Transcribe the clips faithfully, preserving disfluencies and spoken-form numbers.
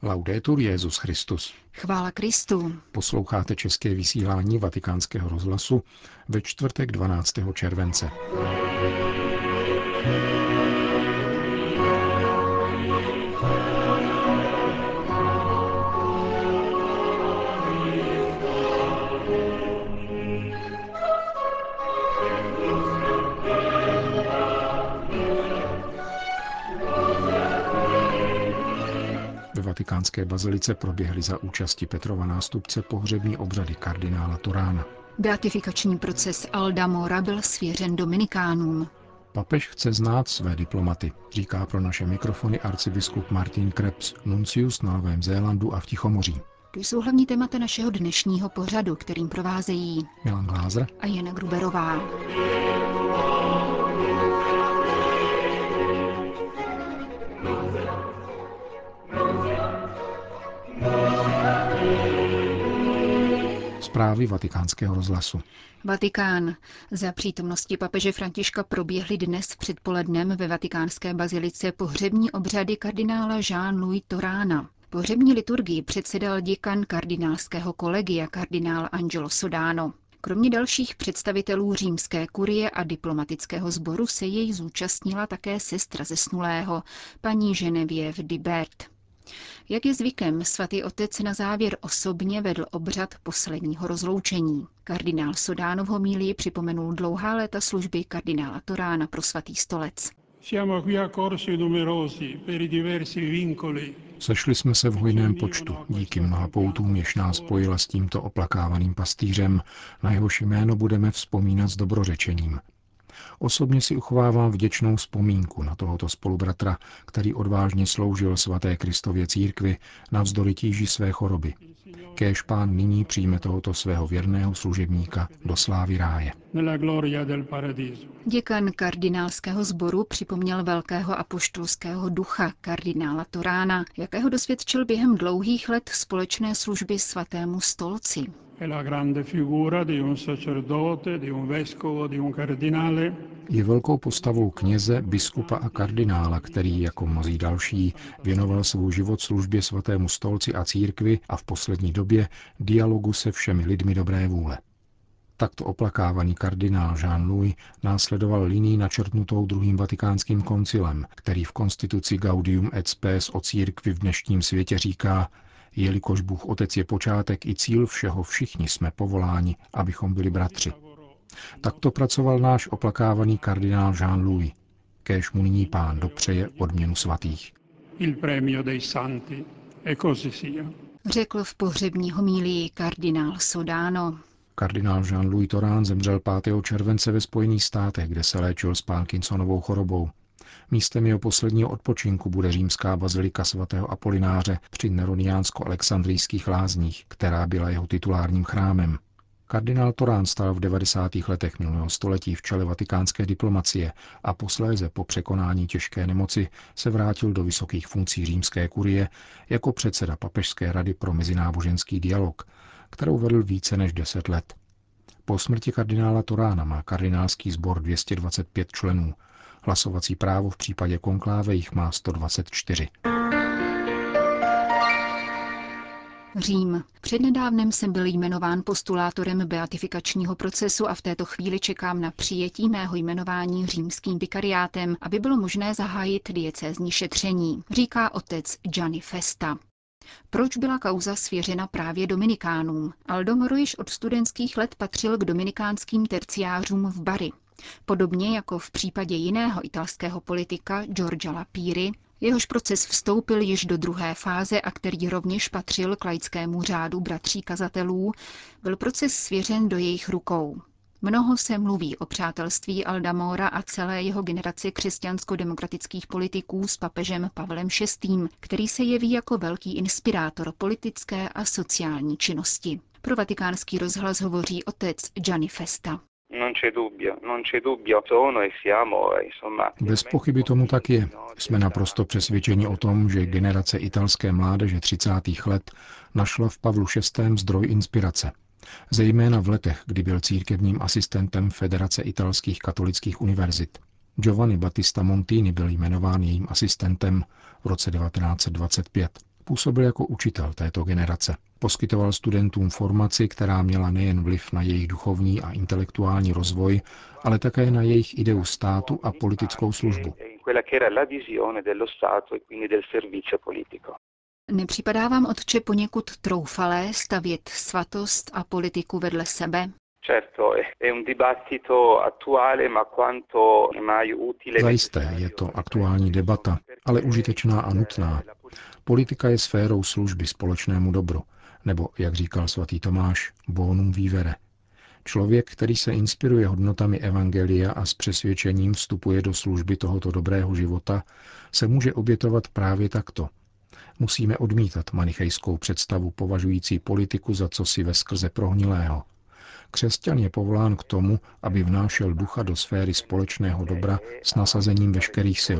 Laudetur Jesus Christus. Chvála Kristu. Posloucháte české vysílání Vatikánského rozhlasu ve čtvrtek dvanáctého července. Ve vatikánské bazilice proběhly za účasti Petrova nástupce pohřební obřady kardinála Torána. Beatifikační proces Alda Mora byl svěřen Dominikánům. Papež chce znát své diplomaty, říká pro naše mikrofony arcibiskup Martin Krebs, nuncius na Novém Zélandu a v Tichomoří. To jsou hlavní témata našeho dnešního pořadu, kterým provázejí Milan Glázer a Jana Gruberová. Zprávy Vatikánského rozhlasu. Vatikán. Za přítomnosti papeže Františka proběhly dnes předpolednem ve vatikánské bazilice pohřební obřady kardinála Jean-Louis Torána. Pohřební liturgii předsedal děkan kardinálského kolegia kardinál Angelo Sodano. Kromě dalších představitelů římské kurie a diplomatického sboru se jej zúčastnila také sestra zesnulého, paní Geneviève Dibert. Jak je zvykem, svatý otec na závěr osobně vedl obřad posledního rozloučení. Kardinál Sodano v homílii připomenul dlouhá léta služby kardinála Torána pro svatý stolec. Sešli jsme se v hojném počtu, díky mnoha poutům, jež nás spojila s tímto oplakávaným pastýřem, na jehož jméno budeme vzpomínat s dobrořečením. Osobně si uchovávám vděčnou vzpomínku na tohoto spolubratra, který odvážně sloužil svaté Kristově církvi navzdory tíži své choroby. Kéž Pán nyní přijme tohoto svého věrného služebníka do slávy ráje. Děkan kardinálského sboru připomněl velkého apoštolského ducha kardinála Torána, jakého dosvědčil během dlouhých let společné služby svatému stolci. Je velkou postavou kněze, biskupa a kardinála, který jako mnozí další věnoval svůj život službě svatému stolci a církvi a v poslední době dialogu se všemi lidmi dobré vůle. Takto oplakávaný kardinál Jean-Louis následoval linii načrtnutou druhým vatikánským koncilem, který v konstituci Gaudium et Spes o církvi v dnešním světě říká: jelikož Bůh Otec je počátek i cíl všeho, všichni jsme povoláni, abychom byli bratři. Takto pracoval náš oplakávaný kardinál Jean-Louis. Kéž mu nyní Pán dopřeje odměnu svatých. Řekl v pohřební homílii kardinál Sodano. Kardinál Jean-Louis Torán zemřel pátého července ve Spojených státech, kde se léčil s Parkinsonovou chorobou. Místem jeho posledního odpočinku bude římská bazilika svatého Apolináře při neroniánsko-alexandrijských lázních, která byla jeho titulárním chrámem. Kardinál Torán stál v devadesátých letech minulého století v čele vatikánské diplomacie a posléze po překonání těžké nemoci se vrátil do vysokých funkcí římské kurie jako předseda Papežské rady pro mezináboženský dialog, kterou vedl více než deset let. Po smrti kardinála Torána má kardinálský sbor dvě stě dvacet pět členů. Hlasovací právo v případě konkláve jich má sto dvacet čtyři. Řím. Přednedávnem jsem byl jmenován postulátorem beatifikačního procesu a v této chvíli čekám na přijetí mého jmenování římským vikariátem, aby bylo možné zahájit diecézní šetření, říká otec Gianni Festa. Proč byla kauza svěřena právě Dominikánům? Aldo Moro již od studentských let patřil k dominikánským terciářům v Bari. Podobně jako v případě jiného italského politika Giorgia Lapiri, jehož proces vstoupil již do druhé fáze a který rovněž patřil k laickému řádu bratří kazatelů, byl proces svěřen do jejich rukou. Mnoho se mluví o přátelství Alda Mora a celé jeho generace křesťansko-demokratických politiků s papežem Pavlem šestým, který se jeví jako velký inspirátor politické a sociální činnosti. Pro vatikánský rozhlas hovoří otec Gianni Festa. Bez pochyby tomu tak je. Jsme naprosto přesvědčeni o tom, že generace italské mládeže třicátých let našla v Pavlu šestém zdroj inspirace. Zejména v letech, kdy byl církevním asistentem Federace italských katolických univerzit. Giovanni Battista Montini byl jmenován jejím asistentem v roce devatenáct set dvacet pět. Působil jako učitel této generace. Poskytoval studentům formaci, která měla nejen vliv na jejich duchovní a intelektuální rozvoj, ale také na jejich ideu státu a politickou službu. Nepřipadá vám, otče, poněkud troufalé stavět svatost a politiku vedle sebe? Zajisté je to aktuální debata, ale užitečná a nutná. Politika je sférou služby společnému dobru, nebo, jak říkal svatý Tomáš, bonum vivere. Člověk, který se inspiruje hodnotami evangelia a s přesvědčením vstupuje do služby tohoto dobrého života, se může obětovat právě takto. Musíme odmítat manichejskou představu považující politiku za cosi veskrze prohnilého. Křesťan je povolán k tomu, aby vnášel ducha do sféry společného dobra s nasazením veškerých sil.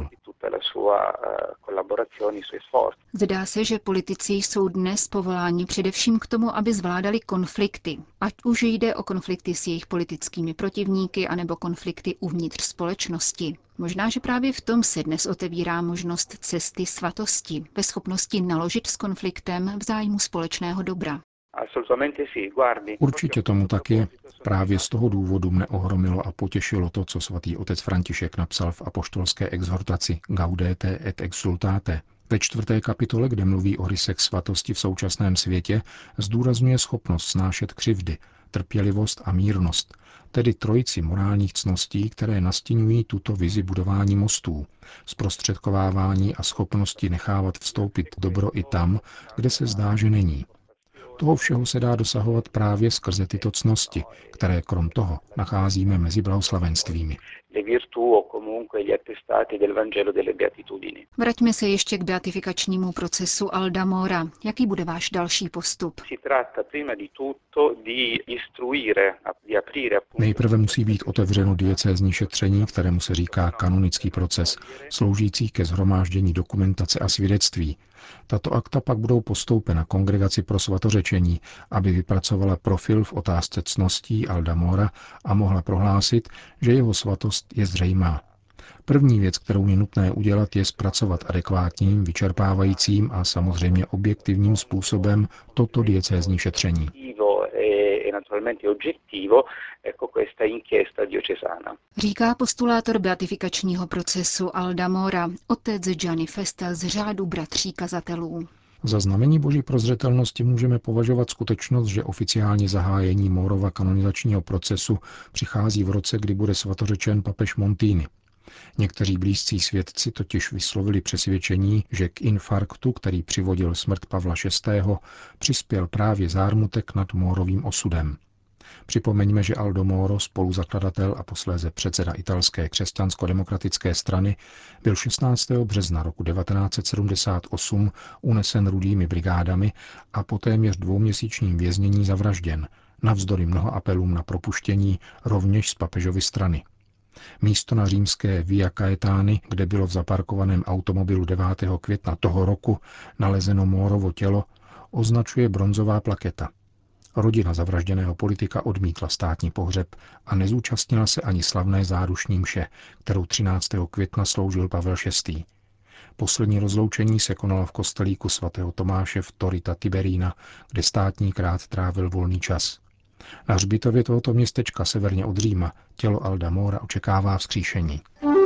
Zdá se, že politici jsou dnes povoláni především k tomu, aby zvládali konflikty. Ať už jde o konflikty s jejich politickými protivníky, anebo konflikty uvnitř společnosti. Možná, že právě v tom se dnes otevírá možnost cesty svatosti, ve schopnosti naložit s konfliktem v zájmu společného dobra. Určitě tomu tak je. Právě z toho důvodu mne ohromilo a potěšilo to, co svatý otec František napsal v apoštolské exhortaci Gaudete et exsultate. Ve čtvrté kapitole, kde mluví o rysech svatosti v současném světě, zdůrazňuje schopnost snášet křivdy, trpělivost a mírnost, tedy trojici morálních cností, které nastínují tuto vizi budování mostů, zprostředkovávání a schopnosti nechávat vstoupit dobro i tam, kde se zdá, že není. Toho všeho se dá dosahovat právě skrze tyto cnosti, které krom toho nacházíme mezi blahoslavenstvími. Vraťme se ještě k beatifikačnímu procesu Alda Mora. Jaký bude váš další postup? Nejprve musí být otevřeno diecézní šetření, kterému se říká kanonický proces, sloužící ke shromáždění dokumentace a svědectví. Tato akta pak budou postoupena Kongregaci pro svatořečení, aby vypracovala profil v otázce cností Alda Mora a mohla prohlásit, že jeho svatost je zřejmá. První věc, kterou je nutné udělat, je zpracovat adekvátním, vyčerpávajícím a samozřejmě objektivním způsobem toto diecézní šetření. Říká postulátor beatifikačního procesu Alda Mora, otec Gianni Festa z řádu bratří kazatelů. Za znamení boží prozřetelnosti můžeme považovat skutečnost, že oficiální zahájení Morova kanonizačního procesu přichází v roce, kdy bude svatořečen papež Montini. Někteří blízcí svědci totiž vyslovili přesvědčení, že k infarktu, který přivodil smrt Pavla šestého., přispěl právě zármutek nad Morovým osudem. Připomeňme, že Aldo Moro, spoluzakladatel a posléze předseda italské křesťansko-demokratické strany, byl šestnáctého března roku devatenáct set sedmdesát osm unesen rudými brigádami a po téměř dvouměsíčním věznění zavražděn, navzdory mnoha apelům na propuštění rovněž z papežovy strany. Místo na římské Via Caetani, kde bylo v zaparkovaném automobilu devátého května toho roku nalezeno Morovo tělo, označuje bronzová plaketa. Rodina zavražděného politika odmítla státní pohřeb a nezúčastnila se ani slavné zádušní mše, kterou třináctého května sloužil Pavel šestý. Poslední rozloučení se konalo v kostelíku svatého Tomáše v Torita Tiberina, kde státní krát trávil volný čas. Na hřbitově tohoto městečka severně od Říma tělo Alda Mora očekává vzkříšení.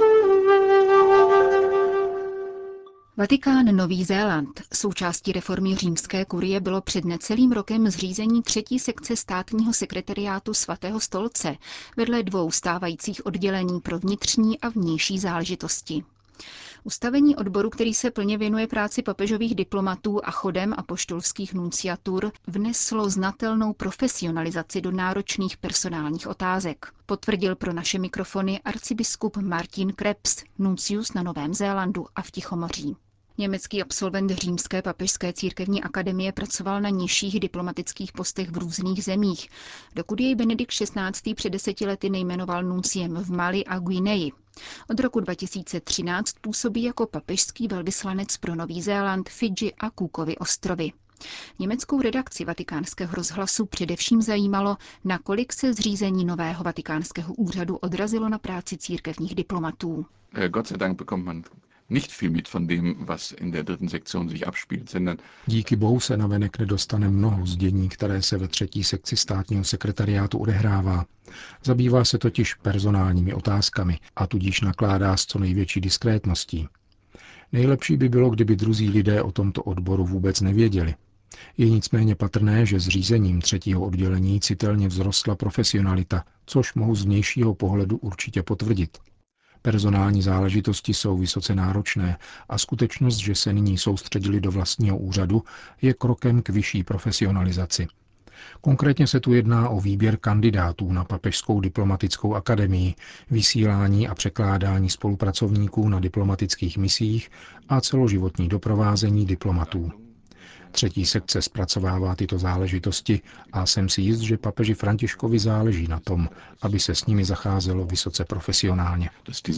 Vatikán Nový Zéland. Součástí reformy římské kurie bylo před necelým rokem zřízení třetí sekce státního sekretariátu Svatého stolce vedle dvou stávajících oddělení pro vnitřní a vnější záležitosti. Ustavení odboru, který se plně věnuje práci papežových diplomatů a chodem apoštolských nunciatur, vneslo znatelnou profesionalizaci do náročných personálních otázek. Potvrdil pro naše mikrofony arcibiskup Martin Krebs, nuncius na Novém Zélandu a v Tichomoří. Německý absolvent Římské papežské církevní akademie pracoval na nižších diplomatických postech v různých zemích, dokud jej Benedikt šestnáctý před deseti lety nejmenoval nunciem v Mali a Guineji. Od roku dva tisíce třináct působí jako papežský velvyslanec pro Nový Zéland, Fidži a Cookovy ostrovy. Německou redakci Vatikánského rozhlasu především zajímalo, nakolik se zřízení nového vatikánského úřadu odrazilo na práci církevních diplomatů. nicht viel mit von dem, was in der dritten Sektion sich abspielt, sondern Díky bohu se navenek nedostane mnoho z dění, které se ve třetí sekci státního sekretariátu odehrává. Zabývá se totiž personálními otázkami a tudíž nakládá s co největší diskrétností. Nejlepší by bylo, kdyby druzí lidé o tomto odboru vůbec nevěděli. Je nicméně patrné, že zřízením třetího oddělení citelně vzrostla profesionalita, což mohu z vnějšího pohledu určitě potvrdit. Personální záležitosti jsou vysoce náročné a skutečnost, že se nyní soustředili do vlastního úřadu, je krokem k vyšší profesionalizaci. Konkrétně se tu jedná o výběr kandidátů na Papežskou diplomatickou akademii, vysílání a překládání spolupracovníků na diplomatických misích a celoživotní doprovázení diplomatů. Třetí sekce zpracovává tyto záležitosti a jsem si jist, že papeži Františkovi záleží na tom, aby se s nimi zacházelo vysoce profesionálně.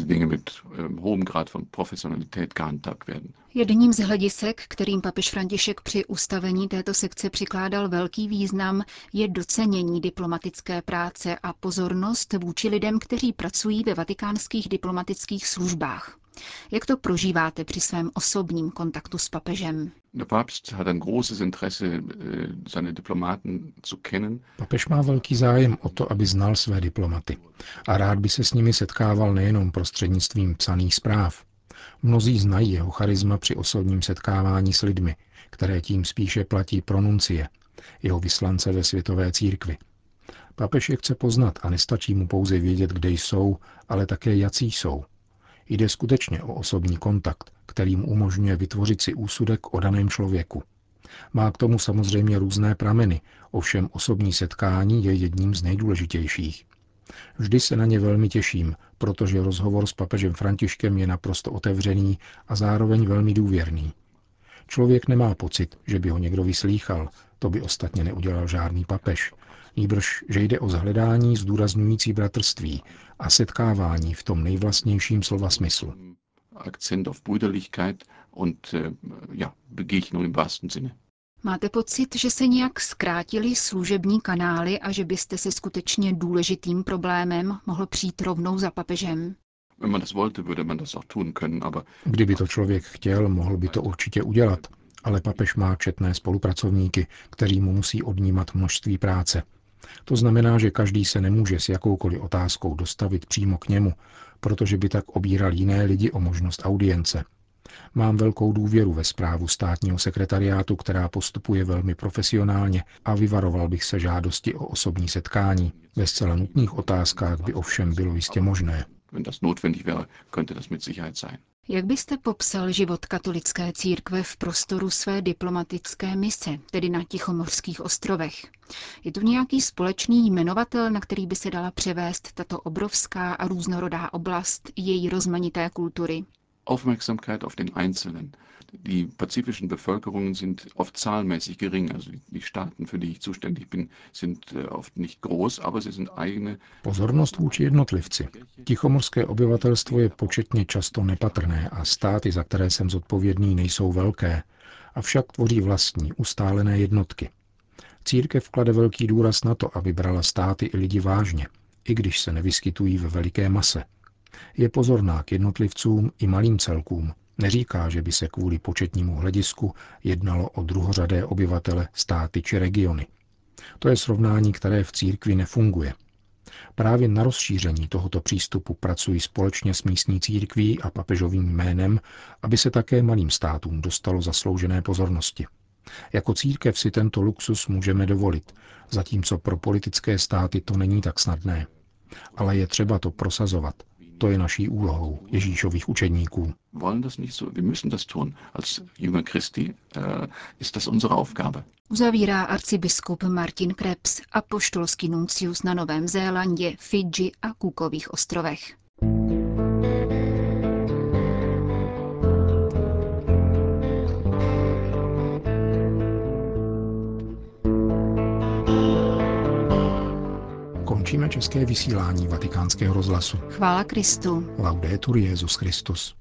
Jedním z hledisek, kterým papež František při ustavení této sekce přikládal velký význam, je docenění diplomatické práce a pozornost vůči lidem, kteří pracují ve vatikánských diplomatických službách. Jak to prožíváte při svém osobním kontaktu s papežem? Papež má velký zájem o to, aby znal své diplomaty a rád by se s nimi setkával nejenom prostřednictvím psaných zpráv. Mnozí znají jeho charisma při osobním setkávání s lidmi, které tím spíše platí pronuncie, jeho vyslance ve světové církvi. Papež je chce poznat a nestačí mu pouze vědět, kde jsou, ale také jací jsou. Jde skutečně o osobní kontakt, který mu umožňuje vytvořit si úsudek o daném člověku. Má k tomu samozřejmě různé prameny, ovšem osobní setkání je jedním z nejdůležitějších. Vždy se na ně velmi těším, protože rozhovor s papežem Františkem je naprosto otevřený a zároveň velmi důvěrný. Člověk nemá pocit, že by ho někdo vyslýchal, to by ostatně neudělal žádný papež, nýbrž, že jde o zhledání zdůrazňující bratrství a setkávání v tom nejvlastnějším slova smyslu. Akcent auf Brüderlichkeit und ja, Begegnung im wahrsten Sinne. Máte pocit, že se nějak zkrátily služební kanály a že byste se skutečně důležitým problémem mohl přijít rovnou za papežem? Kdyby to člověk chtěl, mohl by to určitě udělat, ale papež má četné spolupracovníky, kteří mu musí odnímat množství práce. To znamená, že každý se nemůže s jakoukoliv otázkou dostavit přímo k němu, protože by tak obíral jiné lidi o možnost audience. Mám velkou důvěru ve správu státního sekretariátu, která postupuje velmi profesionálně a vyvaroval bych se žádosti o osobní setkání. Ve zcela nutných otázkách by ovšem bylo jistě možné. Jak byste popsal život katolické církve v prostoru své diplomatické mise, tedy na Tichomořských ostrovech? Je tu nějaký společný jmenovatel, na který by se dala převést tato obrovská a různorodá oblast její rozmanité kultury? Aufmerksamkeit auf den Einzelnen. Die pazifischen Bevölkerungen sind oft zahlenmäßig gering. Also die Staaten, für die ich zuständig bin, sind oft nicht groß, aber sie sind eigene. Pozornost vůči jednotlivci. Tichomorské obyvatelstvo je početně často nepatrné a státy, za které jsem zodpovědný, nejsou velké, avšak tvoří vlastní, ustálené jednotky. Církev klade velký důraz na to, aby brala státy i lidi vážně, i když se nevyskytují ve veliké mase. Je pozorná k jednotlivcům i malým celkům. Neříká, že by se kvůli početnímu hledisku jednalo o druhořadé obyvatele, státy či regiony. To je srovnání, které v církvi nefunguje. Právě na rozšíření tohoto přístupu pracují společně s místní církví a papežovým jménem, aby se také malým státům dostalo zasloužené pozornosti. Jako církev si tento luxus můžeme dovolit, zatímco pro politické státy to není tak snadné. Ale je třeba to prosazovat. To je naší úlohou, Ježíšových učedníků. Uzavírá arcibiskup Martin Krebs, apoštolský nuncius na Novém Zélandě, Fidži a Cookových ostrovech. Končíme české vysílání Vatikánského rozhlasu. Chvála Kristu. Laudetur Jesus Christus.